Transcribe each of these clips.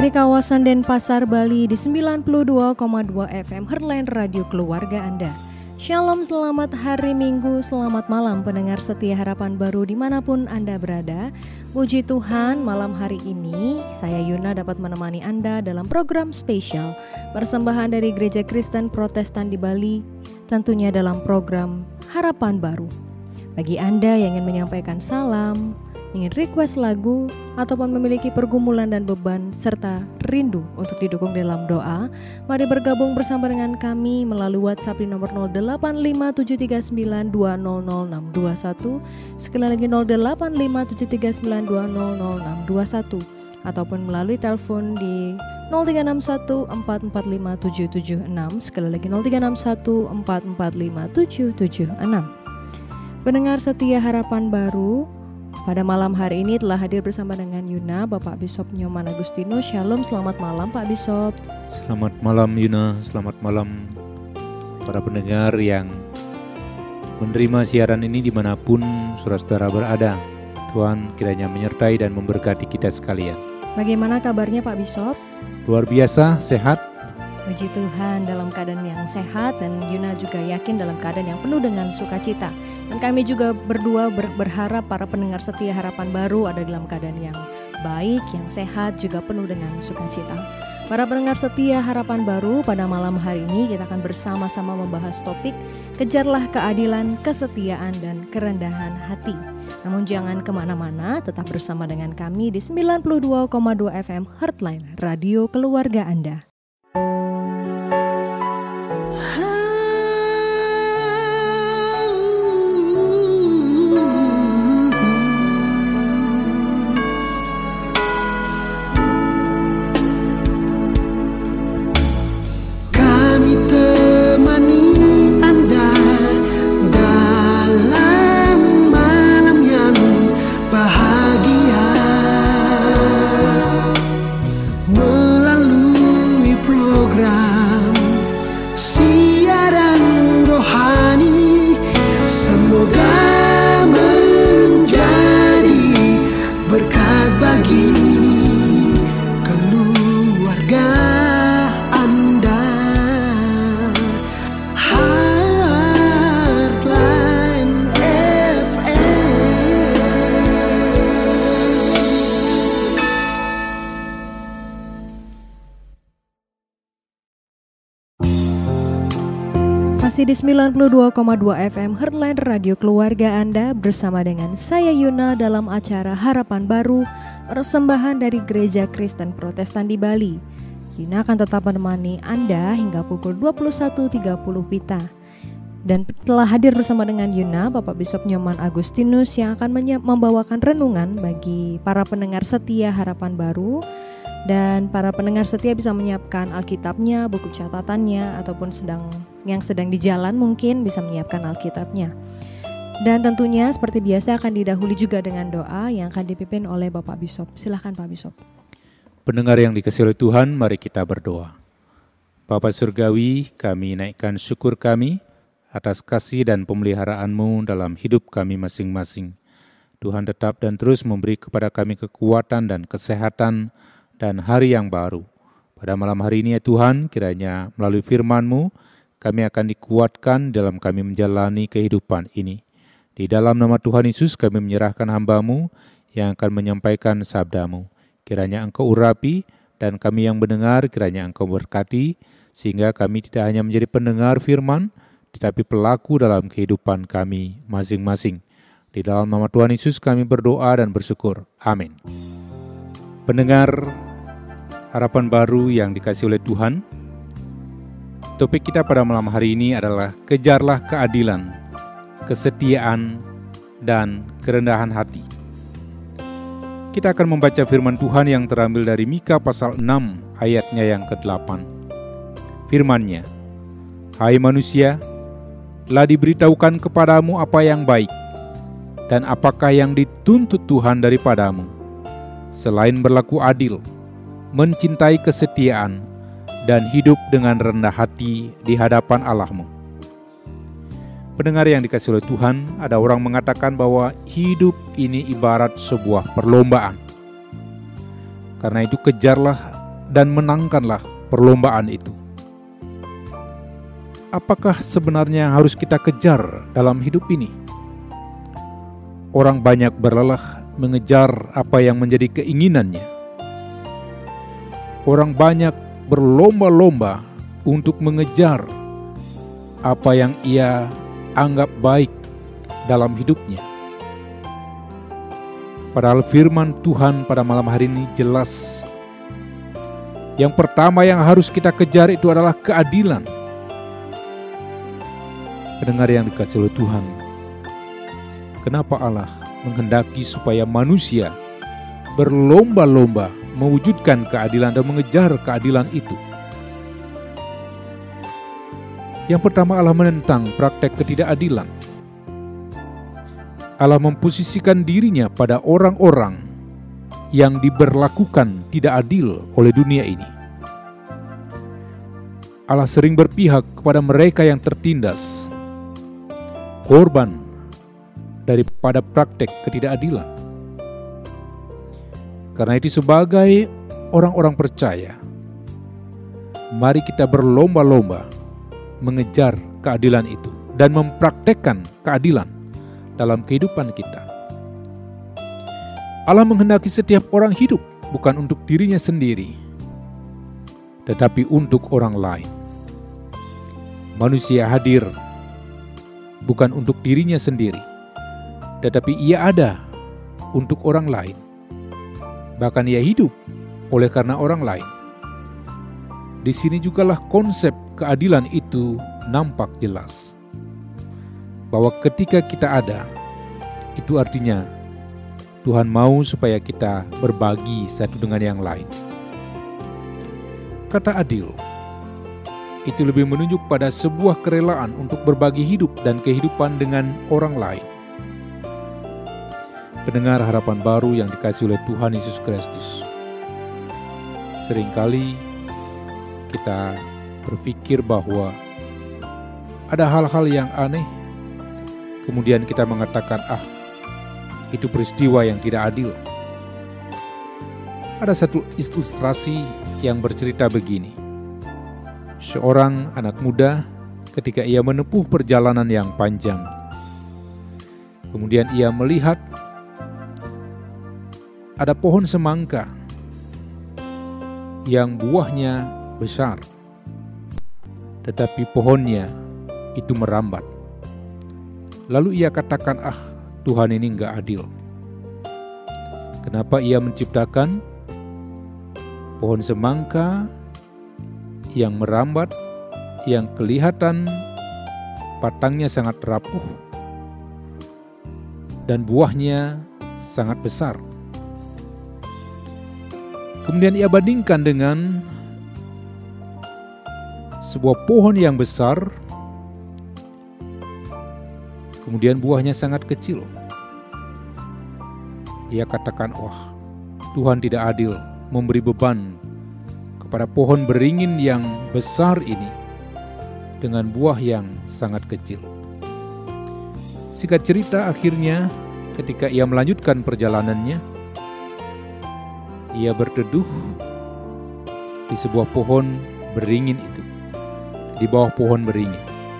Dari kawasan Denpasar, Bali di 92,2 FM Heartline Radio Keluarga Anda. Shalom, selamat hari Minggu, selamat malam pendengar setia Harapan Baru dimanapun Anda berada. Puji Tuhan, malam hari ini saya Yuna dapat menemani Anda dalam program spesial persembahan dari Gereja Kristen Protestan di Bali, tentunya dalam program Harapan Baru. Bagi Anda yang ingin menyampaikan salam, ingin request lagu, ataupun memiliki pergumulan dan beban serta rindu untuk didukung dalam doa, mari bergabung bersama dengan kami melalui WhatsApp di nomor 085739200621, sekali lagi 085739200621, ataupun melalui telepon di 0361445776, sekali lagi 0361445776. Pendengar setia Harapan Baru, pada malam hari ini telah hadir bersama dengan Yuna, Bapak Bishop Nyoman Agustinus. Shalom, selamat malam Pak Bishop. Selamat malam Yuna, selamat malam para pendengar yang menerima siaran ini dimanapun saudara-saudara berada. Tuhan kiranya menyertai dan memberkati kita sekalian. Bagaimana kabarnya Pak Bishop? Luar biasa, sehat. Puji Tuhan, dalam keadaan yang sehat, dan Yuna juga yakin dalam keadaan yang penuh dengan sukacita. Dan kami juga berdua berharap para pendengar setia Harapan Baru ada dalam keadaan yang baik, yang sehat, juga penuh dengan sukacita. Para pendengar setia Harapan Baru, pada malam hari ini kita akan bersama-sama membahas topik Kejarlah Keadilan, Kesetiaan, dan Kerendahan Hati. Namun jangan kemana-mana, tetap bersama dengan kami di 92,2 FM Heartline Radio Keluarga Anda. Masih di 92,2 FM Heartline Radio Keluarga Anda bersama dengan saya Yuna dalam acara Harapan Baru, persembahan dari Gereja Kristen Protestan di Bali. Yuna akan tetap menemani Anda hingga pukul 21.30 WITA. Dan telah hadir bersama dengan Yuna, Bapak Bishop Nyoman Agustinus yang akan membawakan renungan bagi para pendengar setia Harapan Baru. Dan para pendengar setia bisa menyiapkan Alkitabnya, buku catatannya, ataupun yang sedang di jalan mungkin bisa menyiapkan Alkitabnya. Dan tentunya seperti biasa akan didahului juga dengan doa yang akan dipimpin oleh Bapak Bishop. Silakan Pak Bishop. Pendengar yang dikasihi oleh Tuhan, mari kita berdoa. Bapa Surgawi, kami naikkan syukur kami atas kasih dan pemeliharaan-Mu dalam hidup kami masing-masing. Tuhan tetap dan terus memberi kepada kami kekuatan dan kesehatan dan hari yang baru. Pada malam hari ini ya Tuhan, kiranya melalui firman-Mu, kami akan dikuatkan dalam kami menjalani kehidupan ini. Di dalam nama Tuhan Yesus kami menyerahkan hamba-Mu yang akan menyampaikan sabda-Mu. Kiranya Engkau urapi dan kami yang mendengar kiranya Engkau berkati, sehingga kami tidak hanya menjadi pendengar firman, tetapi pelaku dalam kehidupan kami masing-masing. Di dalam nama Tuhan Yesus kami berdoa dan bersyukur. Amin. Pendengar Harapan Baru yang dikasihi oleh Tuhan, topik kita pada malam hari ini adalah Kejarlah Keadilan, Kesetiaan, dan Kerendahan Hati. Kita akan membaca firman Tuhan yang terambil dari Mika pasal 6 ayatnya yang ke-8. Firman-Nya, Hai manusia, telah diberitahukan kepadamu apa yang baik, dan apakah yang dituntut Tuhan daripadamu, selain berlaku adil, mencintai kesetiaan, dan hidup dengan rendah hati di hadapan Allah-Mu. Pendengar yang dikasihi oleh Tuhan, ada orang mengatakan bahwa hidup ini ibarat sebuah perlombaan. Karena itu kejarlah dan menangkanlah perlombaan itu. Apakah sebenarnya yang harus kita kejar dalam hidup ini? Orang banyak berlelah mengejar apa yang menjadi keinginannya. Orang banyak berlomba-lomba untuk mengejar apa yang ia anggap baik dalam hidupnya. Padahal firman Tuhan pada malam hari ini jelas. Yang pertama yang harus kita kejar itu adalah keadilan. Pendengar yang dikasihi oleh Tuhan, kenapa Allah menghendaki supaya manusia berlomba-lomba mewujudkan keadilan dan mengejar keadilan itu? Yang pertama, Allah menentang praktek ketidakadilan. Allah memposisikan dirinya pada orang-orang yang diberlakukan tidak adil oleh dunia ini. Allah sering berpihak kepada mereka yang tertindas, korban daripada praktek ketidakadilan. Karena itu sebagai orang-orang percaya, mari kita berlomba-lomba mengejar keadilan itu dan mempraktekkan keadilan dalam kehidupan kita. Allah menghendaki setiap orang hidup bukan untuk dirinya sendiri, tetapi untuk orang lain. Manusia hadir bukan untuk dirinya sendiri, tetapi ia ada untuk orang lain. Bahkan ia hidup oleh karena orang lain. Di sini jugalah konsep keadilan itu nampak jelas. Bahwa ketika kita ada, itu artinya Tuhan mau supaya kita berbagi satu dengan yang lain. Kata adil itu lebih menunjuk pada sebuah kerelaan untuk berbagi hidup dan kehidupan dengan orang lain. Pendengar Harapan Baru yang dikasihi oleh Tuhan Yesus Kristus, seringkali kita berpikir bahwa ada hal-hal yang aneh, kemudian kita mengatakan, itu peristiwa yang tidak adil. Ada satu ilustrasi yang bercerita begini. Seorang anak muda ketika ia menempuh perjalanan yang panjang, kemudian ia melihat ada pohon semangka yang buahnya besar, tetapi pohonnya itu merambat. Lalu ia katakan, Tuhan ini enggak adil. Kenapa ia menciptakan pohon semangka yang merambat, yang kelihatan batangnya sangat rapuh dan buahnya sangat besar. Kemudian ia bandingkan dengan sebuah pohon yang besar, kemudian buahnya sangat kecil. Ia katakan, Tuhan tidak adil memberi beban kepada pohon beringin yang besar ini dengan buah yang sangat kecil. Singkat cerita, akhirnya ketika ia melanjutkan perjalanannya, ia berteduh di sebuah pohon beringin itu, di bawah pohon beringin.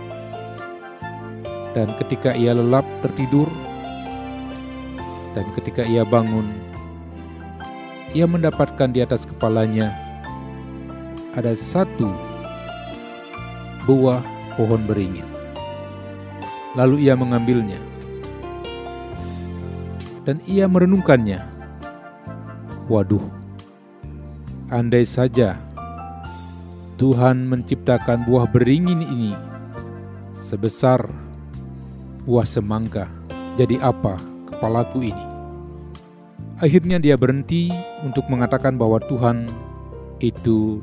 Dan ketika ia lelap tertidur, dan ketika ia bangun, ia mendapatkan di atas kepalanya ada satu buah pohon beringin. Lalu ia mengambilnya, dan ia merenungkannya. Waduh, andai saja Tuhan menciptakan buah beringin ini sebesar buah semangka, jadi apa kepalaku ini? Akhirnya dia berhenti untuk mengatakan bahwa Tuhan itu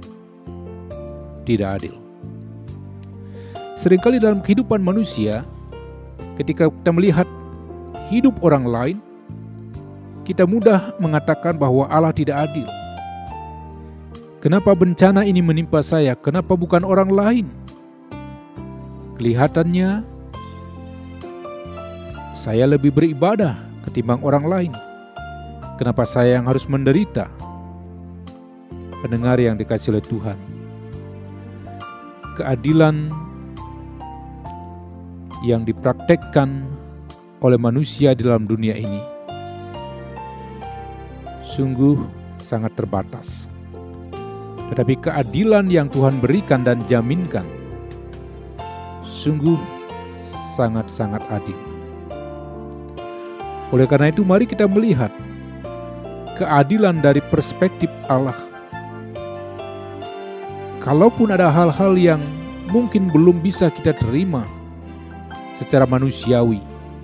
tidak adil. Seringkali dalam kehidupan manusia, ketika kita melihat hidup orang lain, kita mudah mengatakan bahwa Allah tidak adil. Kenapa bencana ini menimpa saya? Kenapa bukan orang lain? Kelihatannya saya lebih beribadah ketimbang orang lain. Kenapa saya yang harus menderita? Pendengar yang dikasihi oleh Tuhan, keadilan yang dipraktekkan oleh manusia di dalam dunia ini sungguh sangat terbatas. Tetapi keadilan yang Tuhan berikan dan jaminkan sungguh sangat-sangat adil. Oleh karena itu, mari kita melihat keadilan dari perspektif Allah. Kalaupun ada hal-hal yang mungkin belum bisa kita terima secara manusiawi,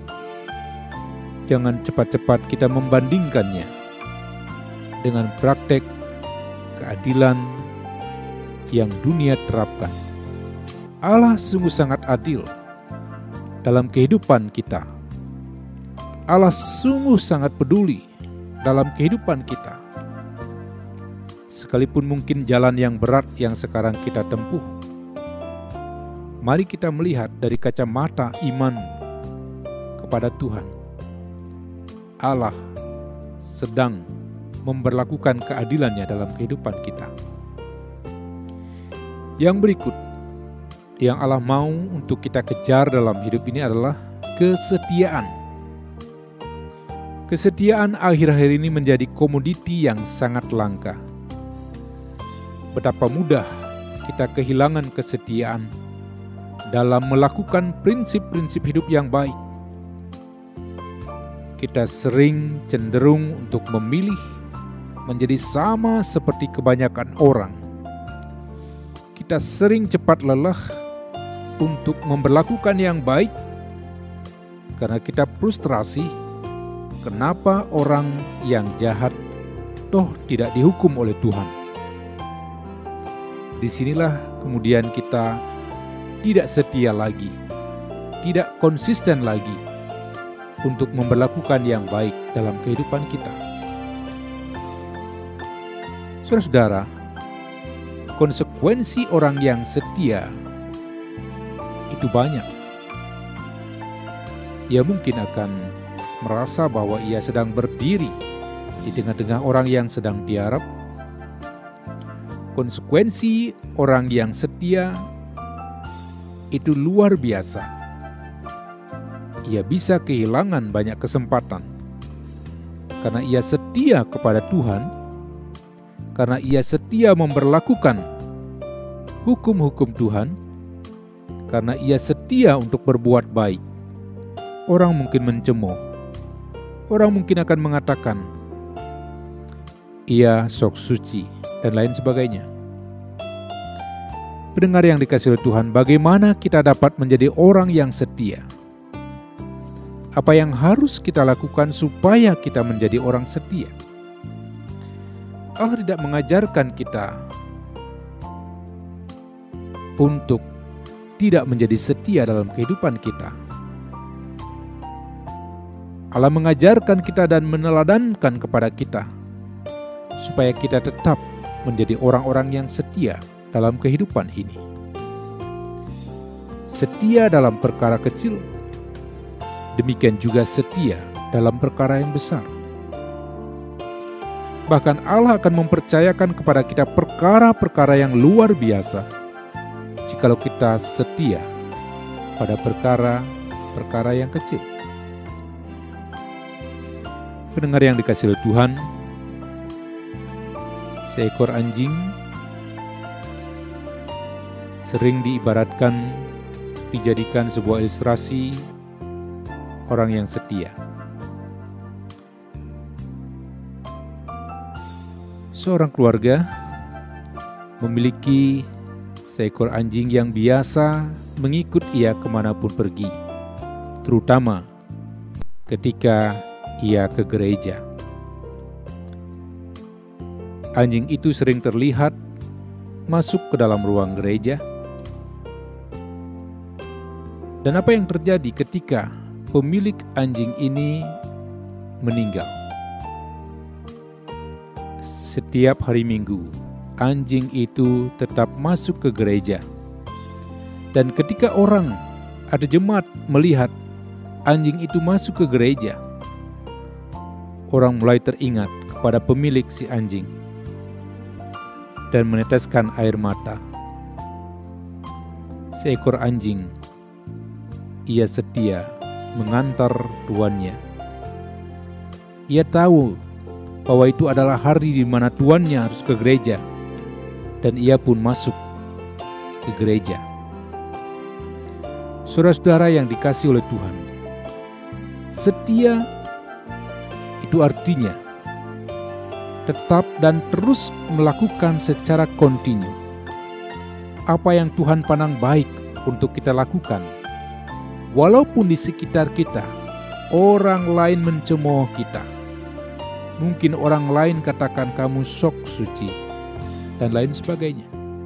jangan cepat-cepat kita membandingkannya dengan praktek keadilan yang dunia terapkan. Allah sungguh sangat adil dalam kehidupan kita. Allah sungguh sangat peduli dalam kehidupan kita. Sekalipun mungkin jalan yang berat yang sekarang kita tempuh, mari kita melihat dari kacamata iman kepada Tuhan. Allah sedang memberlakukan keadilannya dalam kehidupan kita. Yang berikut yang Allah mau untuk kita kejar dalam hidup ini adalah kesetiaan. Kesetiaan akhir-akhir ini menjadi komoditi yang sangat langka. Betapa mudah kita kehilangan kesetiaan dalam melakukan prinsip-prinsip hidup yang baik. Kita sering cenderung untuk memilih menjadi sama seperti kebanyakan orang. Kita sering cepat lelah untuk memberlakukan yang baik karena kita frustrasi kenapa orang yang jahat toh tidak dihukum oleh Tuhan. Disinilah kemudian kita tidak setia lagi, tidak konsisten lagi untuk memberlakukan yang baik dalam kehidupan kita. Saudara-saudara, konsekuensi orang yang setia itu banyak. Ia mungkin akan merasa bahwa ia sedang berdiri di tengah-tengah orang yang sedang tiarap. Konsekuensi orang yang setia itu luar biasa. Ia bisa kehilangan banyak kesempatan karena ia setia kepada Tuhan, karena ia setia memberlakukan hukum-hukum Tuhan, karena ia setia untuk berbuat baik. Orang mungkin mencemooh, orang mungkin akan mengatakan, ia sok suci, dan lain sebagainya. Pendengar yang dikasihi oleh Tuhan, bagaimana kita dapat menjadi orang yang setia? Apa yang harus kita lakukan supaya kita menjadi orang setia? Allah tidak mengajarkan kita untuk tidak menjadi setia dalam kehidupan kita. Allah mengajarkan kita dan meneladankan kepada kita supaya kita tetap menjadi orang-orang yang setia dalam kehidupan ini. Setia dalam perkara kecil, demikian juga setia dalam perkara yang besar. Bahkan Allah akan mempercayakan kepada kita perkara-perkara yang luar biasa jikalau kita setia pada perkara-perkara yang kecil. Pendengar yang dikasihi oleh Tuhan, seekor anjing sering diibaratkan, dijadikan sebuah ilustrasi orang yang setia. Seorang keluarga memiliki seekor anjing yang biasa mengikut ia kemanapun pergi, terutama ketika ia ke gereja. Anjing itu sering terlihat masuk ke dalam ruang gereja. Dan apa yang terjadi ketika pemilik anjing ini meninggal? Setiap hari Minggu, anjing itu tetap masuk ke gereja. Dan ketika orang ada jemaat melihat anjing itu masuk ke gereja, orang mulai teringat kepada pemilik si anjing. dan meneteskan air mata. Seekor anjing, ia setia mengantar tuannya. Ia tahu bahwa itu adalah hari di mana tuannya harus ke gereja, dan ia pun masuk ke gereja. Saudara-saudara yang dikasihi oleh Tuhan, setia itu artinya tetap dan terus melakukan secara kontinu apa yang Tuhan pandang baik untuk kita lakukan, walaupun di sekitar kita orang lain mencemooh kita. Mungkin orang lain katakan kamu sok suci dan lain sebagainya.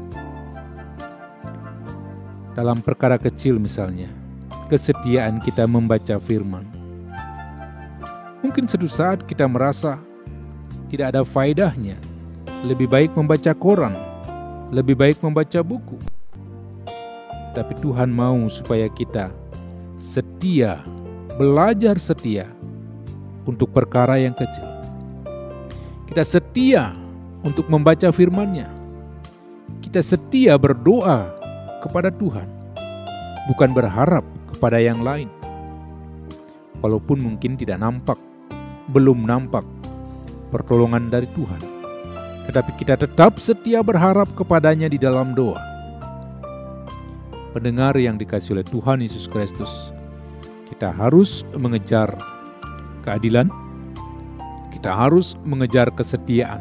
Dalam perkara kecil misalnya, kesetiaan kita membaca firman. Mungkin suatu saat kita merasa tidak ada faedahnya. Lebih baik membaca koran, lebih baik membaca buku. Tapi Tuhan mau supaya kita setia, belajar setia untuk perkara yang kecil. Kita setia untuk membaca firman-Nya. Kita setia berdoa kepada Tuhan, bukan berharap kepada yang lain. Walaupun mungkin tidak nampak, belum nampak pertolongan dari Tuhan, tetapi kita tetap setia berharap kepadanya di dalam doa. Pendengar yang dikasihi oleh Tuhan Yesus Kristus, kita harus mengejar keadilan, kita harus mengejar kesetiaan.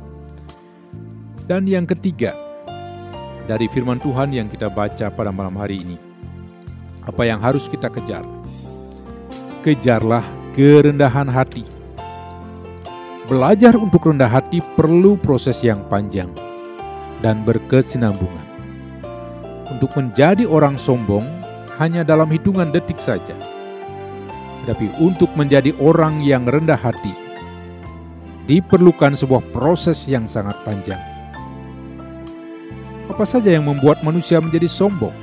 Dan yang ketiga, dari firman Tuhan yang kita baca pada malam hari ini, apa yang harus kita kejar? Kejarlah kerendahan hati. Belajar untuk rendah hati perlu proses yang panjang dan berkesinambungan. Untuk menjadi orang sombong hanya dalam hitungan detik saja. Tetapi untuk menjadi orang yang rendah hati, diperlukan sebuah proses yang sangat panjang. Apa saja yang membuat manusia menjadi sombong?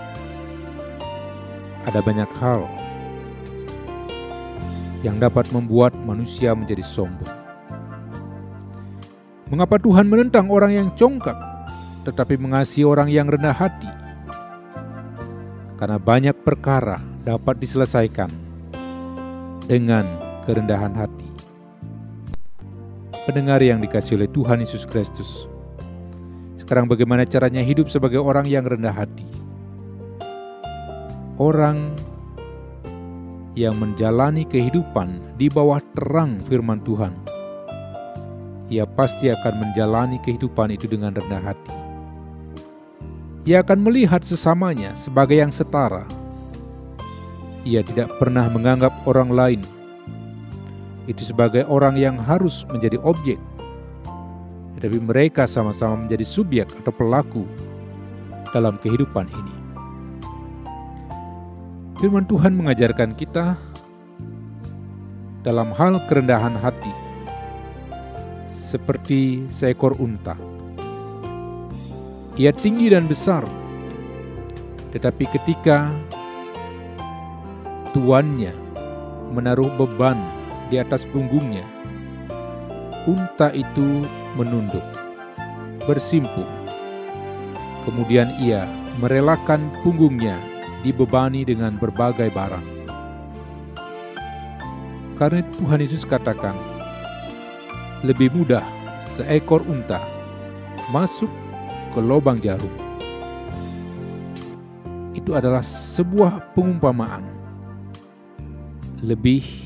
Ada banyak hal yang dapat membuat manusia menjadi sombong. Mengapa Tuhan menentang orang yang congkak, tetapi mengasihi orang yang rendah hati? Karena banyak perkara dapat diselesaikan dengan kerendahan hati. Pendengar yang dikasihi oleh Tuhan Yesus Kristus, sekarang bagaimana caranya hidup sebagai orang yang rendah hati? Orang yang menjalani kehidupan di bawah terang firman Tuhan, ia pasti akan menjalani kehidupan itu dengan rendah hati. Ia akan melihat sesamanya sebagai yang setara. Ia tidak pernah menganggap orang lain itu sebagai orang yang harus menjadi objek, tetapi mereka sama-sama menjadi subjek atau pelaku dalam kehidupan ini. Firman Tuhan mengajarkan kita dalam hal kerendahan hati, seperti seekor unta. Ia tinggi dan besar, tetapi ketika tuannya menaruh beban di atas punggungnya, unta itu menunduk, bersimpu. Kemudian ia merelakan punggungnya dibebani dengan berbagai barang. Karena Tuhan Yesus katakan, lebih mudah seekor unta masuk ke lubang jarum. Itu adalah sebuah pengumpamaan. Lebih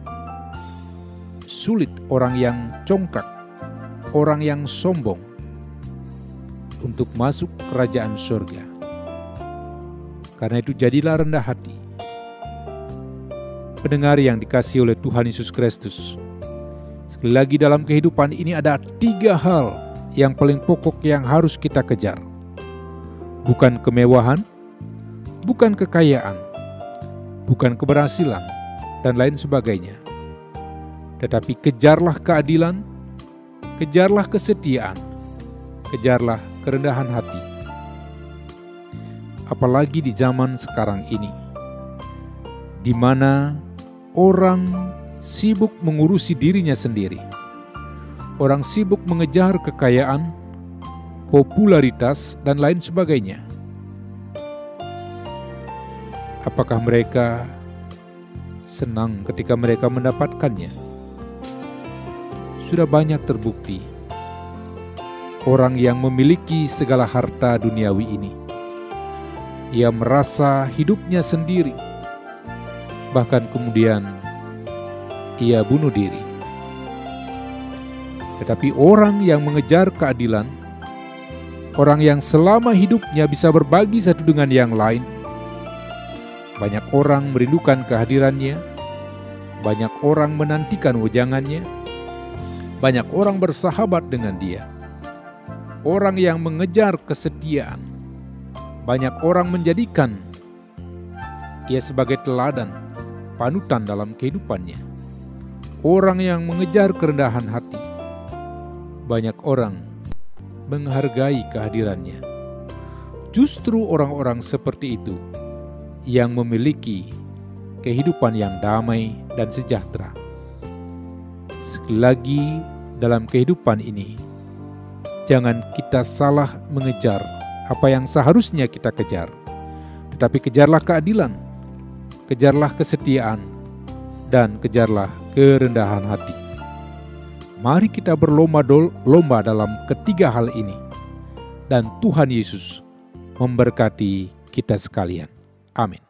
sulit orang yang congkak, orang yang sombong untuk masuk kerajaan surga. Karena itu jadilah rendah hati. Pendengar yang dikasihi oleh Tuhan Yesus Kristus, sekali lagi dalam kehidupan ini ada 3 hal yang paling pokok yang harus kita kejar. Bukan kemewahan, bukan kekayaan, bukan keberhasilan, dan lain sebagainya. Tetapi kejarlah keadilan, kejarlah kesetiaan, kejarlah kerendahan hati. Apalagi di zaman sekarang ini, di mana orang sibuk mengurusi dirinya sendiri. Orang sibuk mengejar kekayaan, popularitas, dan lain sebagainya. Apakah mereka senang ketika mereka mendapatkannya? Sudah banyak terbukti orang yang memiliki segala harta duniawi ini, ia merasa hidupnya sendiri, bahkan kemudian ia bunuh diri. Tetapi orang yang mengejar keadilan, orang yang selama hidupnya bisa berbagi satu dengan yang lain, banyak orang merindukan kehadirannya, banyak orang menantikan wejangannya, banyak orang bersahabat dengan dia. Orang yang mengejar kesetiaan, banyak orang menjadikan ia sebagai teladan, panutan dalam kehidupannya. Orang yang mengejar kerendahan hati, banyak orang menghargai kehadirannya. Justru orang-orang seperti itu yang memiliki kehidupan yang damai dan sejahtera. Sekali lagi, dalam kehidupan ini, jangan kita salah mengejar apa yang seharusnya kita kejar, tetapi kejarlah keadilan, kejarlah kesetiaan, dan kejarlah kerendahan hati. Mari kita berlomba dalam ketiga hal ini, dan Tuhan Yesus memberkati kita sekalian. Amin.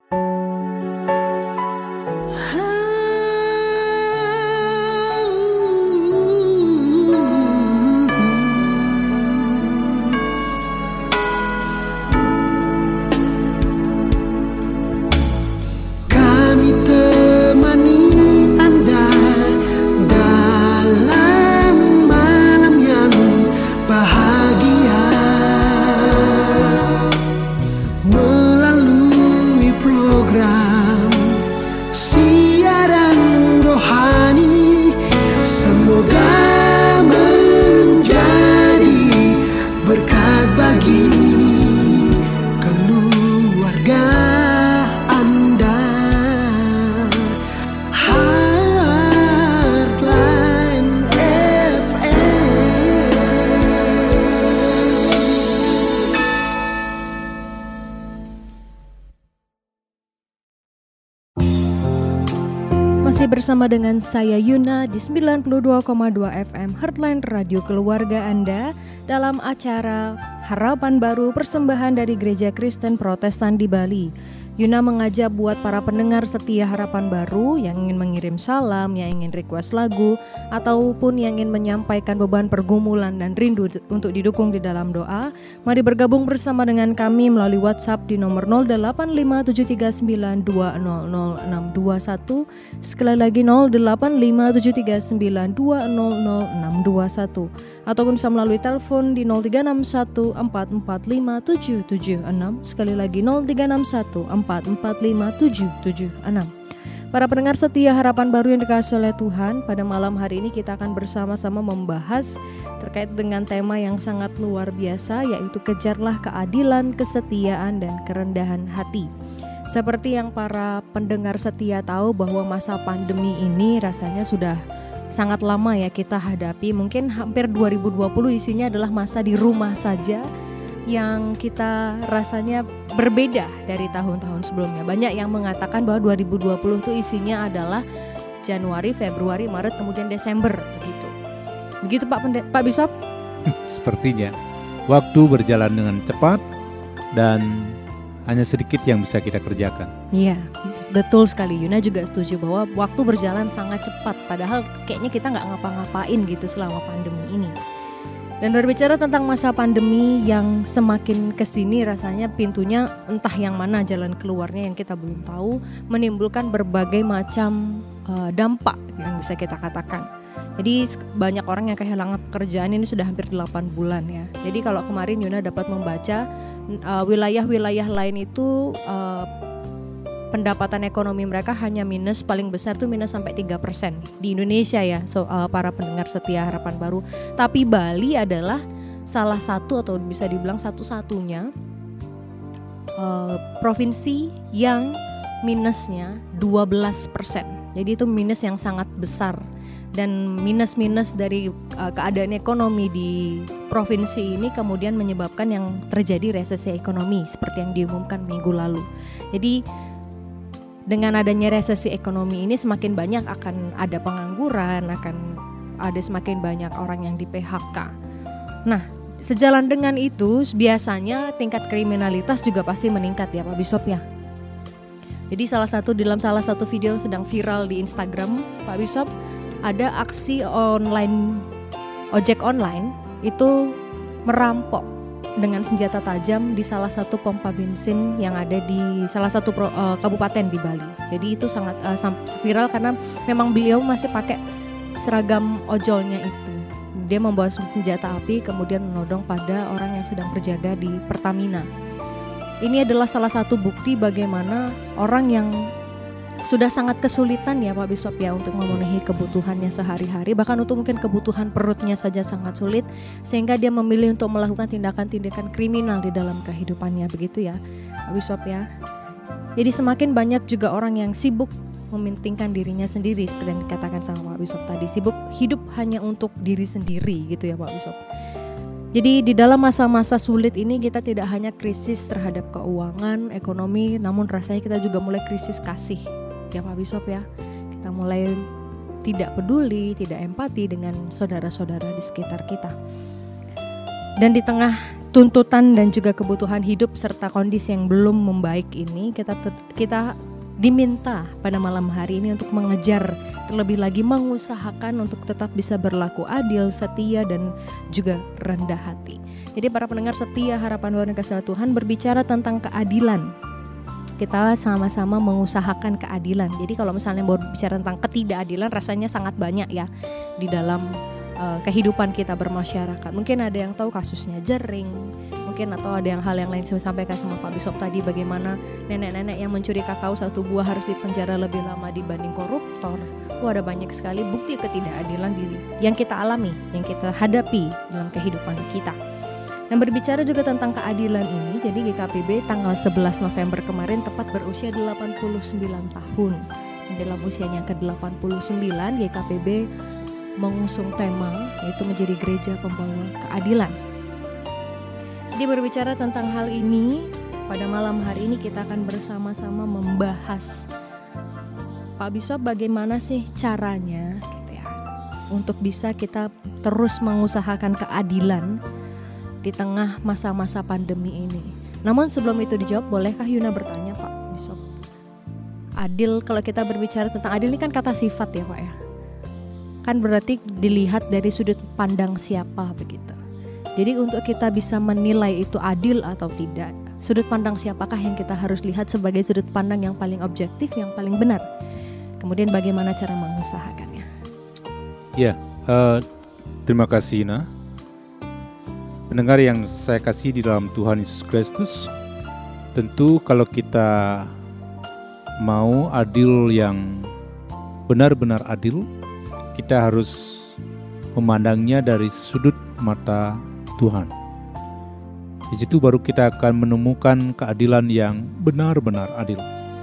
Masih bersama dengan saya Yuna di 92,2 FM Heartline Radio Keluarga Anda dalam acara Harapan Baru persembahan dari Gereja Kristen Protestan di Bali. Yuna mengajak buat para pendengar setia Harapan Baru yang ingin mengirim salam, yang ingin request lagu, ataupun yang ingin menyampaikan beban pergumulan dan rindu untuk didukung di dalam doa. Mari bergabung bersama dengan kami melalui WhatsApp di nomor 085739200621. Sekali lagi 085739200621. Ataupun bisa melalui telepon di 0361445776. Sekali lagi 0361445776. Para pendengar setia Harapan Baru yang dikasihi oleh Tuhan, pada malam hari ini kita akan bersama-sama membahas terkait dengan tema yang sangat luar biasa, yaitu kejarlah keadilan, kesetiaan, dan kerendahan hati. Seperti yang para pendengar setia tahu bahwa masa pandemi ini rasanya sudah sangat lama ya kita hadapi. Mungkin hampir 2020 isinya adalah masa di rumah saja yang kita rasanya berbeda dari tahun-tahun sebelumnya. Banyak yang mengatakan bahwa 2020 itu isinya adalah Januari, Februari, Maret, kemudian Desember begitu. Begitu Pak Bishop? Sepertinya waktu berjalan dengan cepat dan hanya sedikit yang bisa kita kerjakan. Iya, betul sekali. Yuna juga setuju bahwa waktu berjalan sangat cepat. Padahal kayaknya kita nggak ngapa-ngapain gitu selama pandemi ini. Dan berbicara tentang masa pandemi yang semakin kesini rasanya pintunya entah yang mana jalan keluarnya yang kita belum tahu, menimbulkan berbagai macam dampak yang bisa kita katakan. Jadi banyak orang yang kehilangan pekerjaan ini sudah hampir 8 bulan ya. Jadi kalau kemarin Yuna dapat membaca wilayah-wilayah lain itu pendapatan ekonomi mereka hanya minus, paling besar tuh minus sampai 3% di Indonesia ya, para pendengar setia Harapan Baru. Tapi Bali adalah salah satu atau bisa dibilang satu-satunya provinsi yang minusnya 12%. Jadi itu minus yang sangat besar. Dan minus-minus dari keadaan ekonomi di provinsi ini kemudian menyebabkan yang terjadi resesi ekonomi seperti yang diumumkan minggu lalu. Jadi dengan adanya resesi ekonomi ini semakin banyak akan ada pengangguran, akan ada semakin banyak orang yang di PHK. Nah, sejalan dengan itu biasanya tingkat kriminalitas juga pasti meningkat ya Pak Bishop ya. Jadi dalam salah satu video yang sedang viral di Instagram Pak Bishop, ada aksi ojek online itu merampok dengan senjata tajam di salah satu pompa bensin yang ada di salah satu kabupaten di Bali. Jadi itu sangat viral karena memang beliau masih pakai seragam ojolnya itu. Dia membawa senjata api kemudian menodong pada orang yang sedang berjaga di Pertamina. Ini adalah salah satu bukti bagaimana orang yang sudah sangat kesulitan ya Pak Bishop ya untuk memenuhi kebutuhannya sehari-hari, bahkan untuk mungkin kebutuhan perutnya saja sangat sulit, sehingga dia memilih untuk melakukan tindakan-tindakan kriminal di dalam kehidupannya, begitu ya Pak Bishop ya. Jadi semakin banyak juga orang yang sibuk mementingkan dirinya sendiri seperti yang dikatakan sama Pak Bishop tadi, sibuk hidup hanya untuk diri sendiri gitu ya Pak Bishop. Jadi di dalam masa-masa sulit ini kita tidak hanya krisis terhadap keuangan, ekonomi, namun rasanya kita juga mulai krisis kasih ya Pak Bishop ya. Kita mulai tidak peduli, tidak empati dengan saudara-saudara di sekitar kita. Dan di tengah tuntutan dan juga kebutuhan hidup serta kondisi yang belum membaik ini, kita diminta pada malam hari ini untuk mengejar, terlebih lagi mengusahakan untuk tetap bisa berlaku adil, setia, dan juga rendah hati. Jadi para pendengar setia Harapan Baru Kasih Tuhan berbicara tentang keadilan. Kita sama-sama mengusahakan keadilan. Jadi kalau misalnya berbicara tentang ketidakadilan, rasanya sangat banyak ya di dalam kehidupan kita bermasyarakat. Mungkin ada yang tahu kasusnya Jering, mungkin atau ada yang hal yang lain saya sampaikan sama Pak Bishop tadi, bagaimana nenek-nenek yang mencuri kakao 1 buah harus dipenjara lebih lama dibanding koruptor. Ada banyak sekali bukti ketidakadilan yang kita alami, yang kita hadapi dalam kehidupan kita. Dan berbicara juga tentang keadilan ini, jadi GKPB tanggal 11 November kemarin tepat berusia 89 tahun. Dan dalam usianya ke-89, GKPB mengusung tema yaitu menjadi gereja pembawa keadilan. Jadi berbicara tentang hal ini, pada malam hari ini kita akan bersama-sama membahas, Pak Bishop, bagaimana sih caranya gitu ya, untuk bisa kita terus mengusahakan keadilan di tengah masa-masa pandemi ini. Namun sebelum itu dijawab, bolehkah Yuna bertanya Pak Bishop? Adil, kalau kita berbicara tentang adil ini kan kata sifat ya Pak ya. Kan berarti dilihat dari sudut pandang siapa begitu. Jadi untuk kita bisa menilai itu adil atau tidak, sudut pandang siapakah yang kita harus lihat sebagai sudut pandang yang paling objektif, yang paling benar. Kemudian bagaimana cara mengusahakannya? Ya, terima kasih Ina. Pendengar yang saya kasih di dalam Tuhan Yesus Kristus, tentu kalau kita mau adil yang benar-benar adil, kita harus memandangnya dari sudut mata Tuhan. Di situ baru kita akan menemukan keadilan yang benar-benar adil.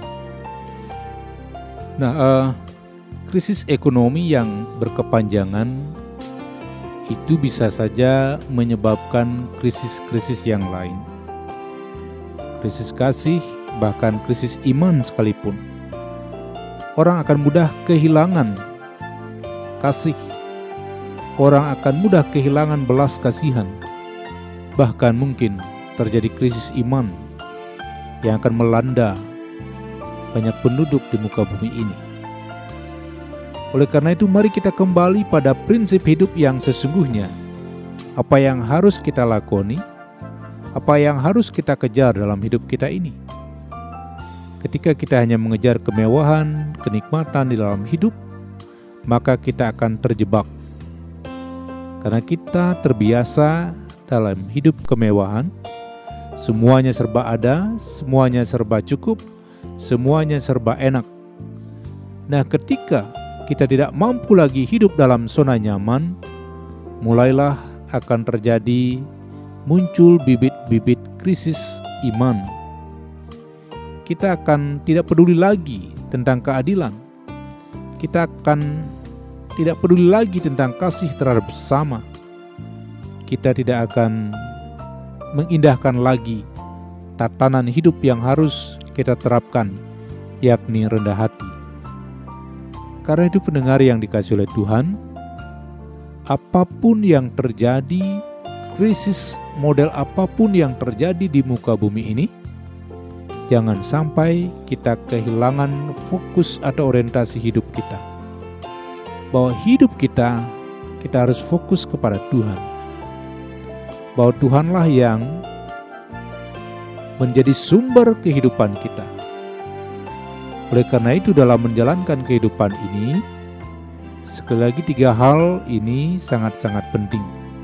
Nah, krisis ekonomi yang berkepanjangan itu bisa saja menyebabkan krisis-krisis yang lain. Krisis kasih, bahkan krisis iman sekalipun. Orang akan mudah kehilangan kasih. Orang akan mudah kehilangan belas kasihan. Bahkan mungkin terjadi krisis iman yang akan melanda banyak penduduk di muka bumi ini. Oleh karena itu, mari kita kembali pada prinsip hidup yang sesungguhnya. Apa yang harus kita lakoni, apa yang harus kita kejar dalam hidup kita ini. Ketika kita hanya mengejar kemewahan, kenikmatan di dalam hidup, maka kita akan terjebak. Karena kita terbiasa dalam hidup kemewahan, semuanya serba ada, semuanya serba cukup, semuanya serba enak. Nah, ketika kita tidak mampu lagi hidup dalam zona nyaman, mulailah akan terjadi muncul bibit-bibit krisis iman. Kita akan tidak peduli lagi tentang keadilan. Kita akan tidak peduli lagi tentang kasih terhadap sesama. kita tidak akan mengindahkan lagi tatanan hidup yang harus kita terapkan, yakni rendah hati. Karena itu pendengar yang dikasihi oleh Tuhan, apapun yang terjadi, krisis model apapun yang terjadi di muka bumi ini, jangan sampai kita kehilangan fokus atau orientasi hidup kita. Bahwa hidup kita harus fokus kepada Tuhan. Bahwa Tuhanlah yang menjadi sumber kehidupan kita. Oleh karena itu dalam menjalankan kehidupan ini, sekali lagi 3 hal ini sangat-sangat penting.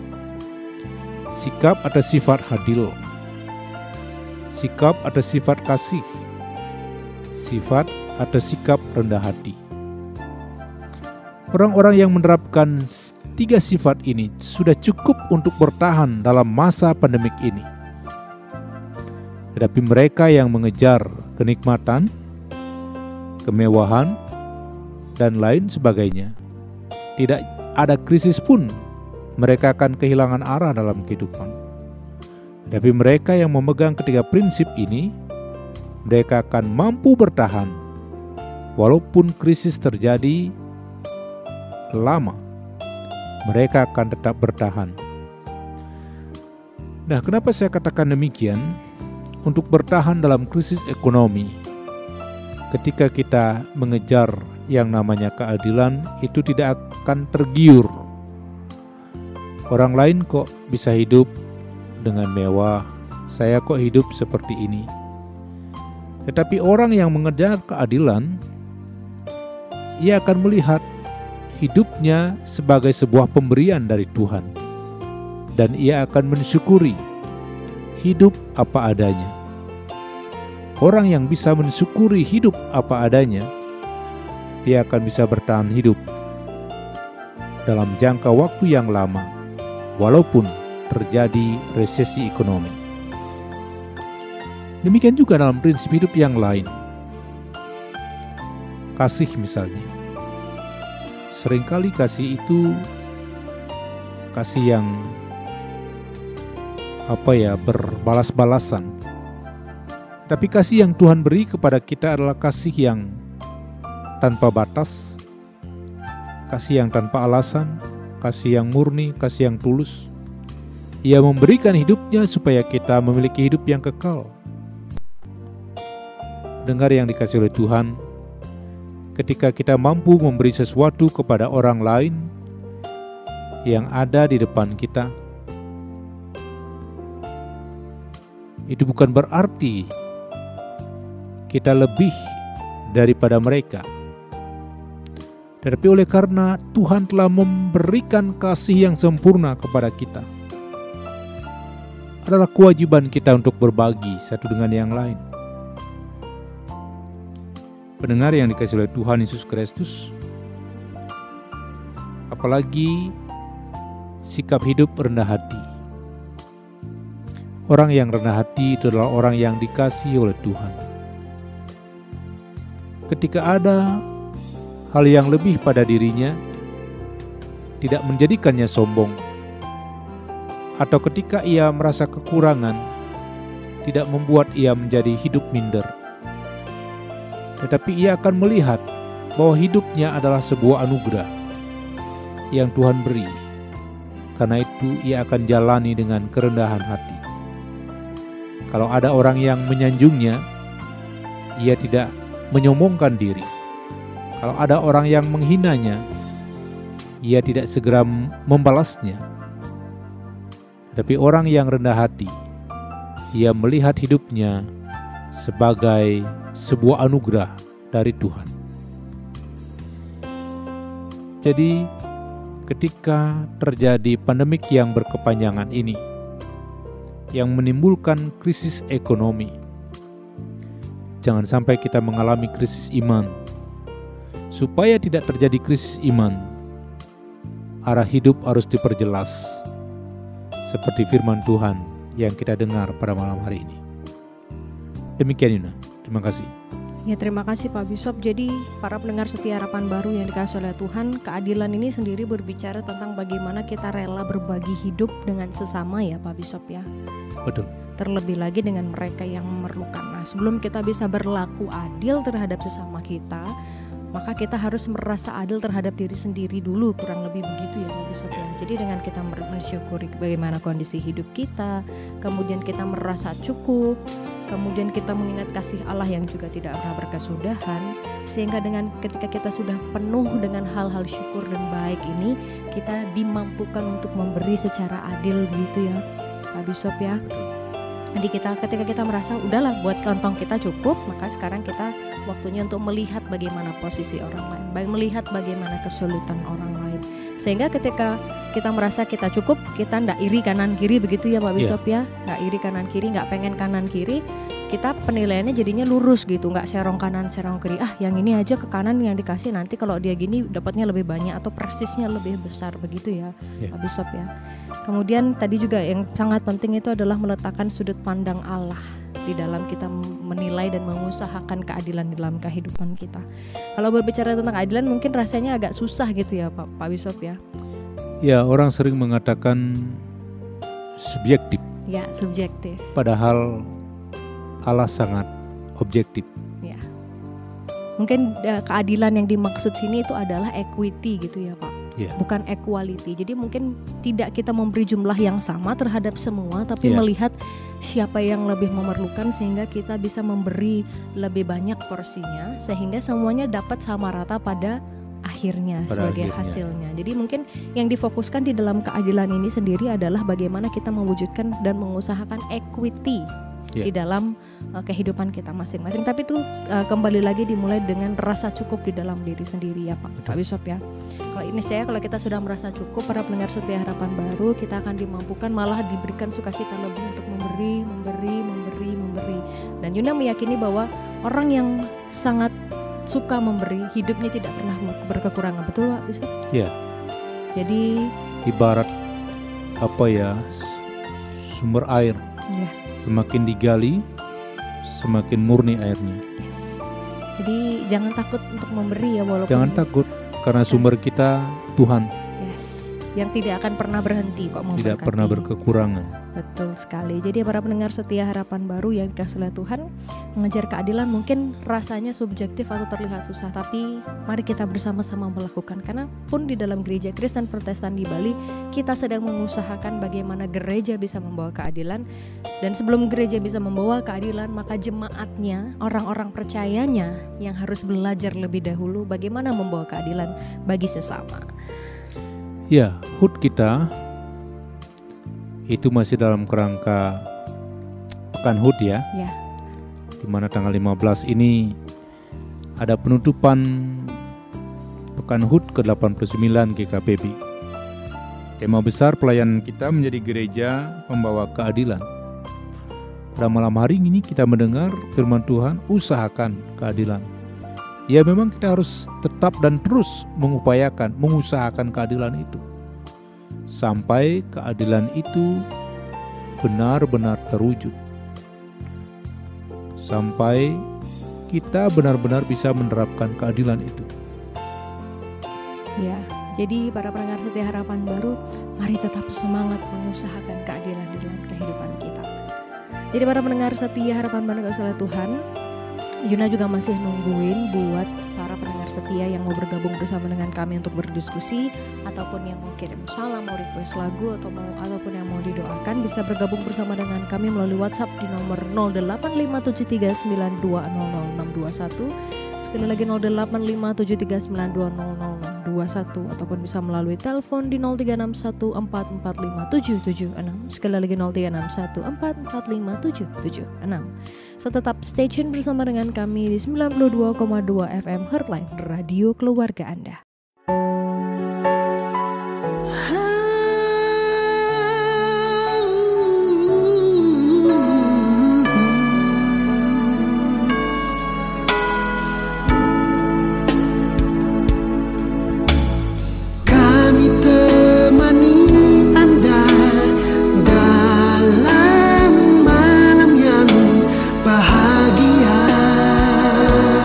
Sikap atau sifat adil, sikap atau sifat kasih, sifat atau sikap rendah hati. Orang-orang yang menerapkan 3 sifat ini sudah cukup untuk bertahan dalam masa pandemik ini. Tetapi mereka yang mengejar kenikmatan, kemewahan, dan lain sebagainya, tidak ada krisis pun mereka akan kehilangan arah dalam kehidupan. Tapi mereka yang memegang ketiga prinsip ini, mereka akan mampu bertahan walaupun krisis terjadi lama. Mereka akan tetap bertahan. Nah, kenapa saya katakan demikian? Untuk bertahan dalam krisis ekonomi, ketika kita mengejar yang namanya keadilan, itu tidak akan tergiur. Orang lain kok bisa hidup dengan mewah, saya kok hidup seperti ini. Tetapi orang yang mengejar keadilan, ia akan melihat hidupnya sebagai sebuah pemberian dari Tuhan. Dan ia akan mensyukuri hidup apa adanya. Orang yang bisa mensyukuri hidup apa adanya, dia akan bisa bertahan hidup dalam jangka waktu yang lama, walaupun terjadi resesi ekonomi. Demikian juga dalam prinsip hidup yang lain. Kasih misalnya. Seringkali kasih itu kasih yang berbalas-balasan. Tapi kasih yang Tuhan beri kepada kita adalah kasih yang tanpa batas, kasih yang tanpa alasan, kasih yang murni, kasih yang tulus. Ia memberikan hidupnya supaya kita memiliki hidup yang kekal. Dengar yang dikasihi oleh Tuhan, ketika kita mampu memberi sesuatu kepada orang lain yang ada di depan kita, itu bukan berarti kita lebih daripada mereka. Tetapi oleh karena Tuhan telah memberikan kasih yang sempurna kepada kita, adalah kewajiban kita untuk berbagi satu dengan yang lain. Pendengar yang dikasihi oleh Tuhan Yesus Kristus, apalagi sikap hidup rendah hati. Orang yang rendah hati itu adalah orang yang dikasihi oleh Tuhan. Ketika ada hal yang lebih pada dirinya, tidak menjadikannya sombong. Atau ketika ia merasa kekurangan, tidak membuat ia menjadi hidup minder. Tetapi ia akan melihat bahwa hidupnya adalah sebuah anugerah yang Tuhan beri. Karena itu ia akan jalani dengan kerendahan hati. Kalau ada orang yang menyanjungnya, ia tidak menyombongkan diri. Kalau ada orang yang menghinanya, ia tidak segera membalasnya. Tapi orang yang rendah hati, ia melihat hidupnya sebagai sebuah anugerah dari Tuhan. Jadi, ketika terjadi pandemik yang berkepanjangan ini, yang menimbulkan krisis ekonomi, jangan sampai kita mengalami krisis iman. Supaya tidak terjadi krisis iman, arah hidup harus diperjelas, seperti firman Tuhan yang kita dengar pada malam hari ini. Demikian Yuna, terima kasih. Ya, terima kasih Pak Bishop. Jadi para pendengar setia Harapan Baru yang dikasihi oleh Tuhan, keadilan ini sendiri berbicara tentang bagaimana kita rela berbagi hidup dengan sesama ya Pak Bishop ya. Betul. Terlebih lagi dengan mereka yang memerlukan. Nah, sebelum kita bisa berlaku adil terhadap sesama kita, maka kita harus merasa adil terhadap diri sendiri dulu, kurang lebih begitu ya Pak Bishop ya. Jadi dengan kita mensyukuri bagaimana kondisi hidup kita, kemudian kita merasa cukup, kemudian kita mengingat kasih Allah yang juga tidak pernah berkesudahan, sehingga dengan ketika kita sudah penuh dengan hal-hal syukur dan baik ini, kita dimampukan untuk memberi secara adil begitu ya Pak Bishop ya. Jadi ketika kita merasa udahlah buat kantong kita cukup, maka sekarang kita waktunya untuk melihat bagaimana posisi orang lain, melihat bagaimana kesulitan orang lain. Sehingga ketika kita merasa kita cukup, kita ndak iri kanan kiri begitu ya Pak Bishop ya. Nggak iri kanan kiri, nggak pengen kanan kiri, kita penilaiannya jadinya lurus gitu, nggak serong kanan serong kiri. Yang ini aja ke kanan yang dikasih, nanti kalau dia gini dapatnya lebih banyak atau prestisnya lebih besar begitu ya Pak Bishop ya. Kemudian tadi juga yang sangat penting itu adalah meletakkan sudut pandang Allah di dalam kita menilai dan mengusahakan keadilan di dalam kehidupan kita. Kalau berbicara tentang keadilan mungkin rasanya agak susah gitu ya Pak Bishop ya. Ya, orang sering mengatakan subjektif. Ya, subjektif. Padahal Allah sangat objektif. Ya. Mungkin keadilan yang dimaksud sini itu adalah equity gitu ya Pak. Bukan equality. Jadi mungkin tidak kita memberi jumlah yang sama terhadap semua, tapi melihat siapa yang lebih memerlukan sehingga kita bisa memberi lebih banyak porsinya sehingga semuanya dapat sama rata pada akhirnya sebagai hasilnya. Jadi mungkin yang difokuskan di dalam keadilan ini sendiri adalah bagaimana kita mewujudkan dan mengusahakan equity di dalam kehidupan kita masing-masing. Tapi itu kembali lagi dimulai dengan rasa cukup di dalam diri sendiri ya Pak Bishop ya. Kalau ini saya, kalau kita sudah merasa cukup, para pendengar setia Harapan Baru, kita akan dimampukan malah diberikan sukacita lebih untuk memberi. Dan Yuna meyakini bahwa orang yang sangat suka memberi, hidupnya tidak pernah berkekurangan. Betul Pak Bishop? Iya. Jadi ibarat sumber air. Iya. Semakin digali, semakin murni airnya. Jadi jangan takut untuk memberi ya, walaupun jangan takut karena sumber kita Tuhan. Yang tidak akan pernah berhenti kok memberkati. Tidak pernah berkekurangan. Betul sekali. Jadi para pendengar setia Harapan Baru yang dikasihi oleh Tuhan, mengejar keadilan mungkin rasanya subjektif atau terlihat susah, tapi mari kita bersama-sama melakukan. Karena pun di dalam gereja Kristen Protestan di Bali, kita sedang mengusahakan bagaimana gereja bisa membawa keadilan. Dan sebelum gereja bisa membawa keadilan, maka jemaatnya, orang-orang percayanya yang harus belajar lebih dahulu bagaimana membawa keadilan bagi sesama. Ya, HUT kita itu masih dalam kerangka Pekan HUT ya. Di mana tanggal 15 ini ada penutupan Pekan HUT ke-89 GKPB. Tema besar pelayanan kita menjadi gereja pembawa keadilan. Pada malam hari ini kita mendengar firman Tuhan, usahakan keadilan. Ya, memang kita harus tetap dan terus mengusahakan keadilan itu. Sampai keadilan itu benar-benar terwujud. Sampai kita benar-benar bisa menerapkan keadilan itu. Ya, jadi para pendengar setia Harapan Baru, mari tetap semangat mengusahakan keadilan di dalam kehidupan kita. Jadi para pendengar setia Harapan Baru oleh Tuhan, Yuna juga masih nungguin buat para pendengar setia yang mau bergabung bersama dengan kami untuk berdiskusi, ataupun yang mau kirim salam, mau request lagu, ataupun yang mau didoakan, bisa bergabung bersama dengan kami melalui WhatsApp di nomor 085739200621. Sekali lagi 085739200621, ataupun bisa melalui telepon di 0361445776. Sekali lagi 0361445776. So tetap stay tune bersama dengan kami di 92,2 FM Heartline Radio Keluarga Anda. Dalam malam yang bahagia.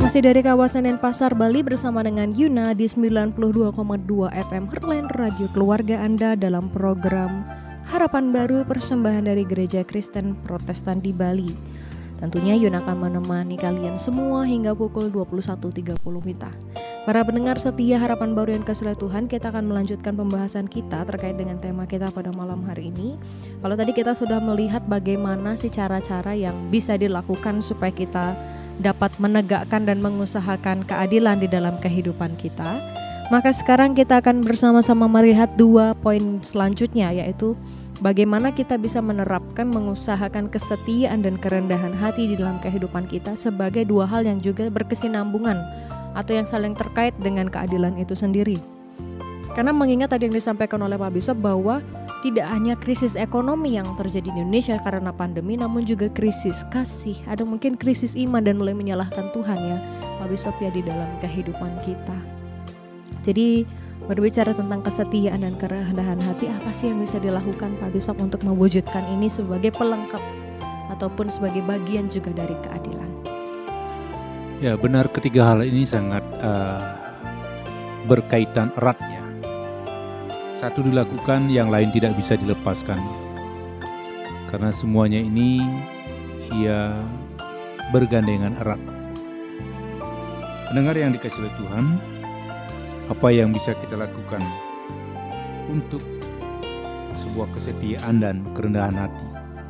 Masih dari kawasan Denpasar, Bali bersama dengan Yuna di 92,2 FM Heartline Radio Keluarga Anda dalam program Harapan Baru persembahan dari Gereja Kristen Protestan di Bali. Tentunya Yuna akan menemani kalian semua hingga pukul 21.30 WITA. Para pendengar setia Harapan Baru yang kasih Tuhan, kita akan melanjutkan pembahasan kita terkait dengan tema kita pada malam hari ini. Kalau tadi kita sudah melihat bagaimana sih cara-cara yang bisa dilakukan supaya kita dapat menegakkan dan mengusahakan keadilan di dalam kehidupan kita, maka sekarang kita akan bersama-sama melihat 2 poin selanjutnya, yaitu bagaimana kita bisa menerapkan, mengusahakan kesetiaan dan kerendahan hati di dalam kehidupan kita sebagai 2 hal yang juga berkesinambungan atau yang saling terkait dengan keadilan itu sendiri. Karena mengingat tadi yang disampaikan oleh Pak Bishop bahwa tidak hanya krisis ekonomi yang terjadi di Indonesia karena pandemi, namun juga krisis kasih, ada mungkin krisis iman dan mulai menyalahkan Tuhan ya Pak Bishop ya di dalam kehidupan kita. Jadi berbicara tentang kesetiaan dan kerendahan hati, apa sih yang bisa dilakukan Pak Bishop untuk mewujudkan ini sebagai pelengkap ataupun sebagai bagian juga dari keadilan? Ya, benar, ketiga hal ini sangat berkaitan erat ya. Satu dilakukan, yang lain tidak bisa dilepaskan. Karena semuanya ini ia bergandengan erat. Pendengar yang dikasihi oleh Tuhan, apa yang bisa kita lakukan untuk sebuah kesetiaan dan kerendahan hati?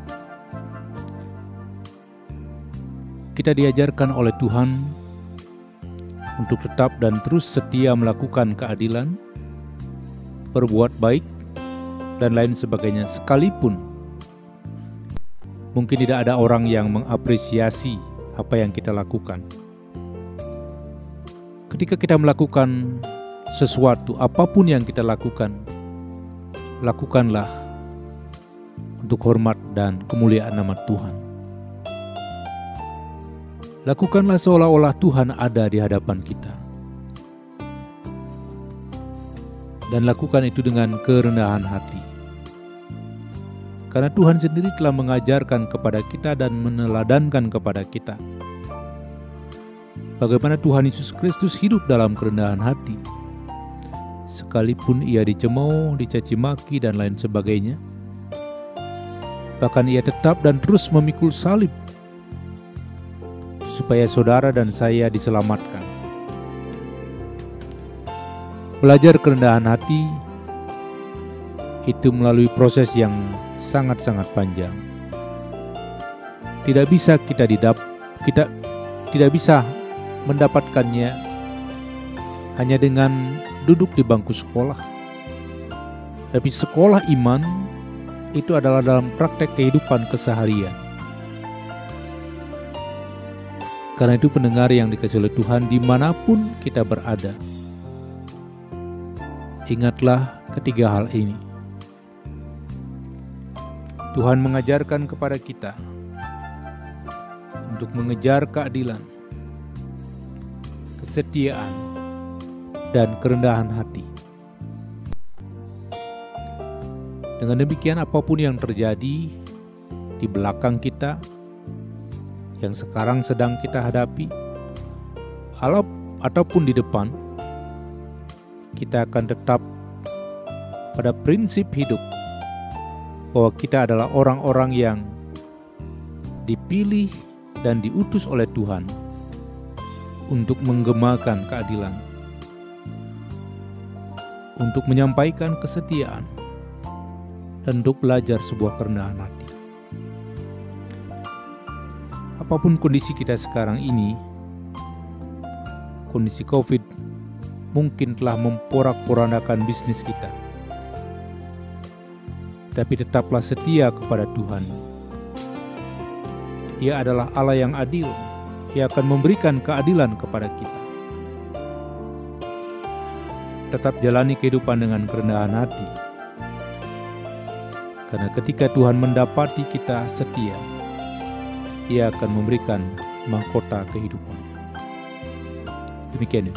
Kita diajarkan oleh Tuhan untuk tetap dan terus setia melakukan keadilan, berbuat baik, dan lain sebagainya, sekalipun mungkin tidak ada orang yang mengapresiasi apa yang kita lakukan. Ketika kita melakukan sesuatu, apapun yang kita lakukan, lakukanlah untuk hormat dan kemuliaan nama Tuhan. Lakukanlah seolah-olah Tuhan ada di hadapan kita. Dan lakukan itu dengan kerendahan hati. Karena Tuhan sendiri telah mengajarkan kepada kita dan meneladankan kepada kita bagaimana Tuhan Yesus Kristus hidup dalam kerendahan hati. Sekalipun ia dicemooh, dicaci maki dan lain sebagainya, bahkan ia tetap dan terus memikul salib supaya saudara dan saya diselamatkan. Belajar kerendahan hati itu melalui proses yang sangat-sangat panjang. Tidak bisa kita tidak bisa mendapatkannya hanya dengan duduk di bangku sekolah. Tapi sekolah iman itu adalah dalam praktek kehidupan keseharian. Karena itu pendengar yang dikasihi oleh Tuhan, dimanapun kita berada, ingatlah ketiga hal ini. Tuhan mengajarkan kepada kita untuk mengejar keadilan, kesetiaan, dan kerendahan hati. Dengan demikian, apapun yang terjadi di belakang kita, yang sekarang sedang kita hadapi, ataupun di depan, kita akan tetap pada prinsip hidup bahwa kita adalah orang-orang yang dipilih dan diutus oleh Tuhan untuk menggemakan keadilan, untuk menyampaikan kesetiaan, dan untuk belajar sebuah kerendahan hati. Apapun kondisi kita sekarang ini, kondisi COVID mungkin telah memporak-porandakan bisnis kita. Tapi tetaplah setia kepada Tuhan. Ia adalah Allah yang adil. Ia akan memberikan keadilan kepada kita. Tetap jalani kehidupan dengan kerendahan hati. Karena ketika Tuhan mendapati kita setia, Ia akan memberikan mahkota kehidupan. Demikian.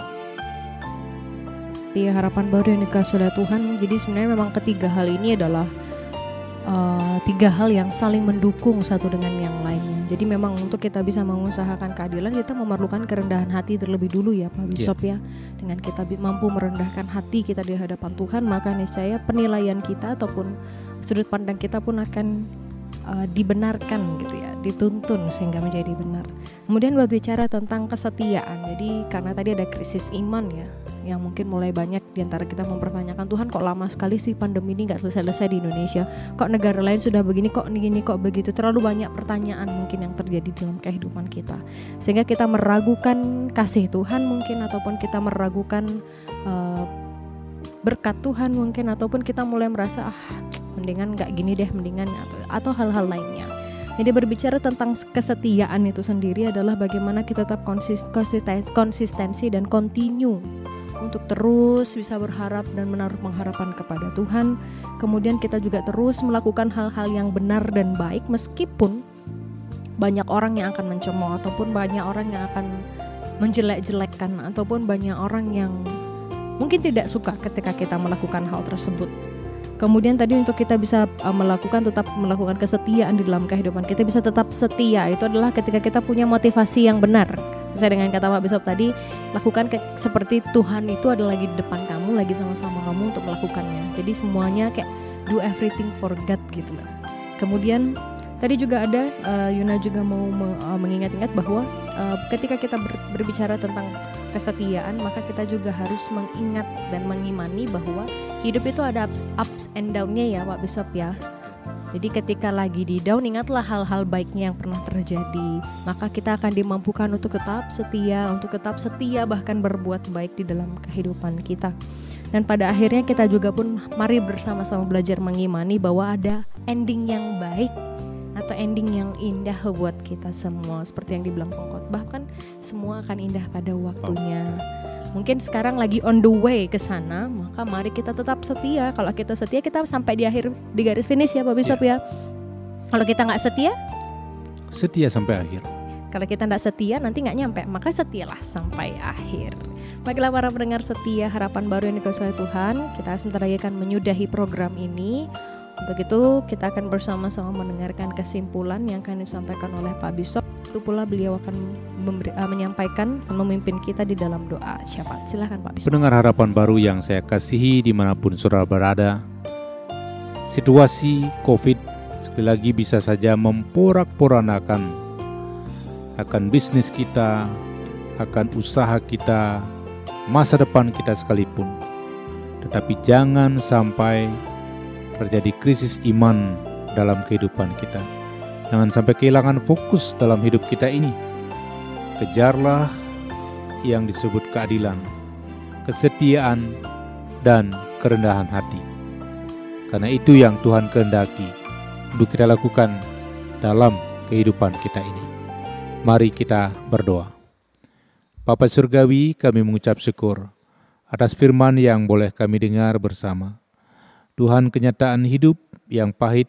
Di Harapan Baru yang dikasih oleh Tuhan, jadi sebenarnya memang ketiga hal ini adalah 3 hal yang saling mendukung satu dengan yang lainnya. Jadi memang untuk kita bisa mengusahakan keadilan, kita memerlukan kerendahan hati terlebih dulu ya Pak Bishop ya. Dengan kita mampu merendahkan hati kita di hadapan Tuhan, maka niscaya penilaian kita ataupun sudut pandang kita pun akan dibenarkan gitu ya, dituntun sehingga menjadi benar. Kemudian berbicara tentang kesetiaan. Jadi karena tadi ada krisis iman ya, yang mungkin mulai banyak diantara kita mempertanyakan, Tuhan kok lama sekali sih pandemi ini gak selesai-selesai di Indonesia, kok negara lain sudah begini, kok begini, kok begitu. Terlalu banyak pertanyaan mungkin yang terjadi dalam kehidupan kita, sehingga kita meragukan kasih Tuhan mungkin, ataupun kita meragukan berkat Tuhan mungkin, ataupun kita mulai merasa mendingan gak gini deh, mendingan atau hal-hal lainnya. Jadi berbicara tentang kesetiaan itu sendiri adalah bagaimana kita tetap konsistensi dan continue untuk terus bisa berharap dan menaruh pengharapan kepada Tuhan. Kemudian kita juga terus melakukan hal-hal yang benar dan baik meskipun banyak orang yang akan mencemooh, ataupun banyak orang yang akan menjelek-jelekkan, ataupun banyak orang yang mungkin tidak suka ketika kita melakukan hal tersebut. Kemudian tadi untuk kita bisa tetap melakukan kesetiaan di dalam kehidupan, kita bisa tetap setia, itu adalah ketika kita punya motivasi yang benar. Sesuai dengan kata Pak Bishop tadi, lakukan seperti Tuhan itu ada lagi di depan kamu, lagi sama-sama kamu untuk melakukannya. Jadi semuanya kayak do everything for God gitu lah. Kemudian tadi juga ada Yuna juga mau mengingat-ingat bahwa ketika kita berbicara tentang kesetiaan, maka kita juga harus mengingat dan mengimani bahwa hidup itu ada ups and down-nya ya Pak Bishop ya. Jadi ketika lagi di down, ingatlah hal-hal baiknya yang pernah terjadi. Maka kita akan dimampukan untuk tetap setia bahkan berbuat baik di dalam kehidupan kita. Dan pada akhirnya kita juga pun mari bersama-sama belajar mengimani bahwa ada ending yang baik atau ending yang indah buat kita semua. Seperti yang dibilang pengkhotbah kan, semua akan indah pada waktunya. Mungkin sekarang lagi on the way ke sana, maka mari kita tetap setia. Kalau kita setia, kita sampai di garis finish ya Pak Bishop ya. Kalau kita nggak setia sampai akhir. Kalau kita nggak setia, nanti nggak nyampe. Maka setialah sampai akhir. Baiklah para pendengar setia Harapan Baru yang dikasihi oleh Tuhan, kita sebentar lagi akan menyudahi program ini. Untuk itu kita akan bersama-sama mendengarkan kesimpulan yang akan disampaikan oleh Pak Bishop. Itu pula beliau akan menyampaikan dan memimpin kita di dalam doa syafaat. Silakan Pak Bishop. Pendengar Harapan Baru yang saya kasihi dimanapun saudara berada, situasi COVID sekali lagi bisa saja memporak-porandakan akan bisnis kita, akan usaha kita, masa depan kita sekalipun. Tetapi jangan sampai terjadi krisis iman dalam kehidupan kita. Jangan sampai kehilangan fokus dalam hidup kita ini. Kejarlah yang disebut keadilan, kesetiaan, dan kerendahan hati. Karena itu yang Tuhan kehendaki untuk kita lakukan dalam kehidupan kita ini. Mari kita berdoa. Bapa Surgawi, kami mengucap syukur atas firman yang boleh kami dengar bersama. Tuhan, kenyataan hidup yang pahit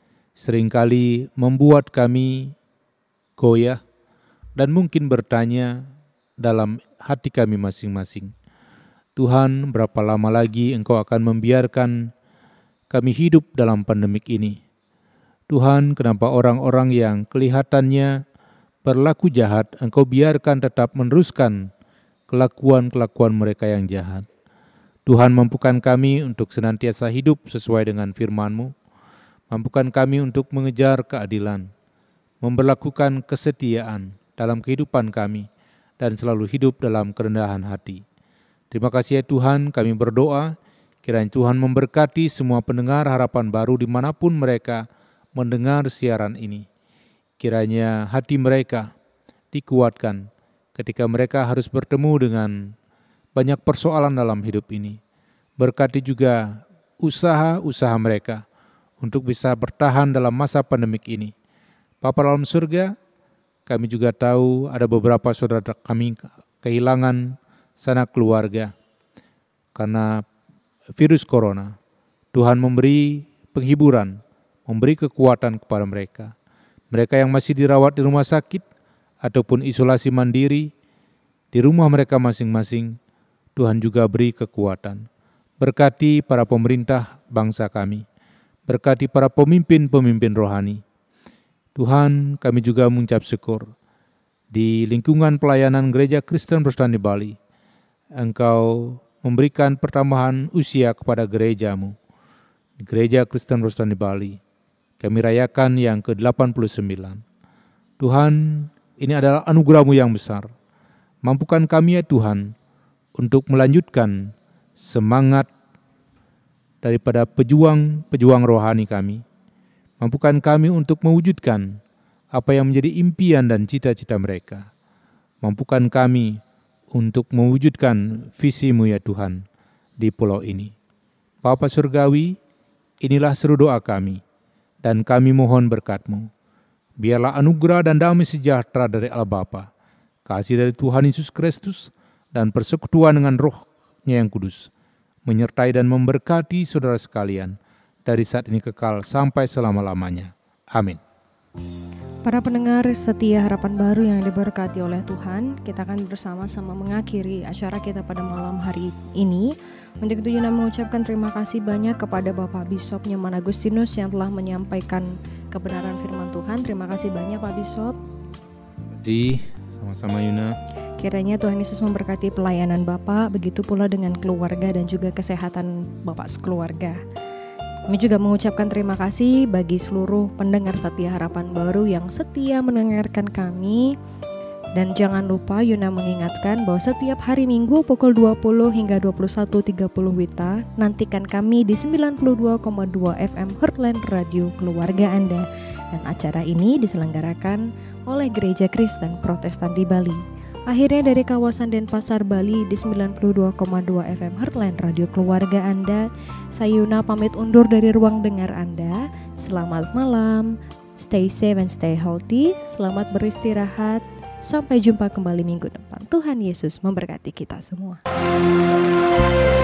seringkali membuat kami goyah dan mungkin bertanya dalam hati kami masing-masing. Tuhan, berapa lama lagi Engkau akan membiarkan kami hidup dalam pandemik ini? Tuhan, kenapa orang-orang yang kelihatannya berlaku jahat, Engkau biarkan tetap meneruskan kelakuan-kelakuan mereka yang jahat? Tuhan, mampukan kami untuk senantiasa hidup sesuai dengan firman-Mu. Mampukan kami untuk mengejar keadilan, memberlakukan kesetiaan dalam kehidupan kami, dan selalu hidup dalam kerendahan hati. Terima kasih ya Tuhan, kami berdoa, kiranya Tuhan memberkati semua pendengar Harapan Baru dimanapun mereka mendengar siaran ini. Kiranya hati mereka dikuatkan ketika mereka harus bertemu dengan banyak persoalan dalam hidup ini. Berkati juga usaha-usaha mereka untuk bisa bertahan dalam masa pandemik ini. Bapa dalam surga, kami juga tahu ada beberapa saudara kami kehilangan sanak keluarga karena virus corona. Tuhan memberi penghiburan, memberi kekuatan kepada mereka. Mereka yang masih dirawat di rumah sakit ataupun isolasi mandiri di rumah mereka masing-masing, Tuhan juga beri kekuatan. Berkati para pemerintah bangsa kami. Berkati para pemimpin-pemimpin rohani. Tuhan, kami juga mengucap syukur di lingkungan pelayanan Gereja Kristen Protestan di Bali. Engkau memberikan pertambahan usia kepada gerejamu. Gereja Kristen Protestan di Bali, kami rayakan yang ke-89. Tuhan, ini adalah anugerah-Mu yang besar. Mampukan kami ya Tuhan untuk melanjutkan semangat daripada pejuang rohani kami. Mampukan kami untuk mewujudkan apa yang menjadi impian dan cita-cita mereka. Mampukan kami untuk mewujudkan visi-Mu ya Tuhan di pulau ini. Bapa Surgawi, inilah seru doa kami, dan kami mohon berkat-Mu. Biarlah anugerah dan damai sejahtera dari Allah Bapa, kasih dari Tuhan Yesus Kristus, dan persekutuan dengan Roh-Nya yang kudus, menyertai dan memberkati saudara sekalian, dari saat ini kekal sampai selama-lamanya. Amin. Para pendengar setia Harapan Baru yang diberkati oleh Tuhan, kita akan bersama-sama mengakhiri acara kita pada malam hari ini. Untuk itu Yuna mengucapkan terima kasih banyak kepada Bapak Bishop Nyoman Agustinus yang telah menyampaikan kebenaran firman Tuhan. Terima kasih banyak Pak Bishop. Terima kasih, sama-sama Yuna. Kiranya Tuhan Yesus memberkati pelayanan Bapak, begitu pula dengan keluarga dan juga kesehatan Bapak sekeluarga. Kami juga mengucapkan terima kasih bagi seluruh pendengar setia Harapan Baru yang setia mendengarkan kami. Dan jangan lupa Yuna mengingatkan bahwa setiap hari Minggu pukul 20 hingga 21.30 WITA, nantikan kami di 92,2 FM Heartland Radio Keluarga Anda. Dan acara ini diselenggarakan oleh Gereja Kristen Protestan di Bali. Akhirnya dari kawasan Denpasar, Bali di 92,2 FM Heartland Radio Keluarga Anda, saya Yuna pamit undur dari ruang dengar Anda. Selamat malam, stay safe and stay healthy, selamat beristirahat, sampai jumpa kembali minggu depan. Tuhan Yesus memberkati kita semua.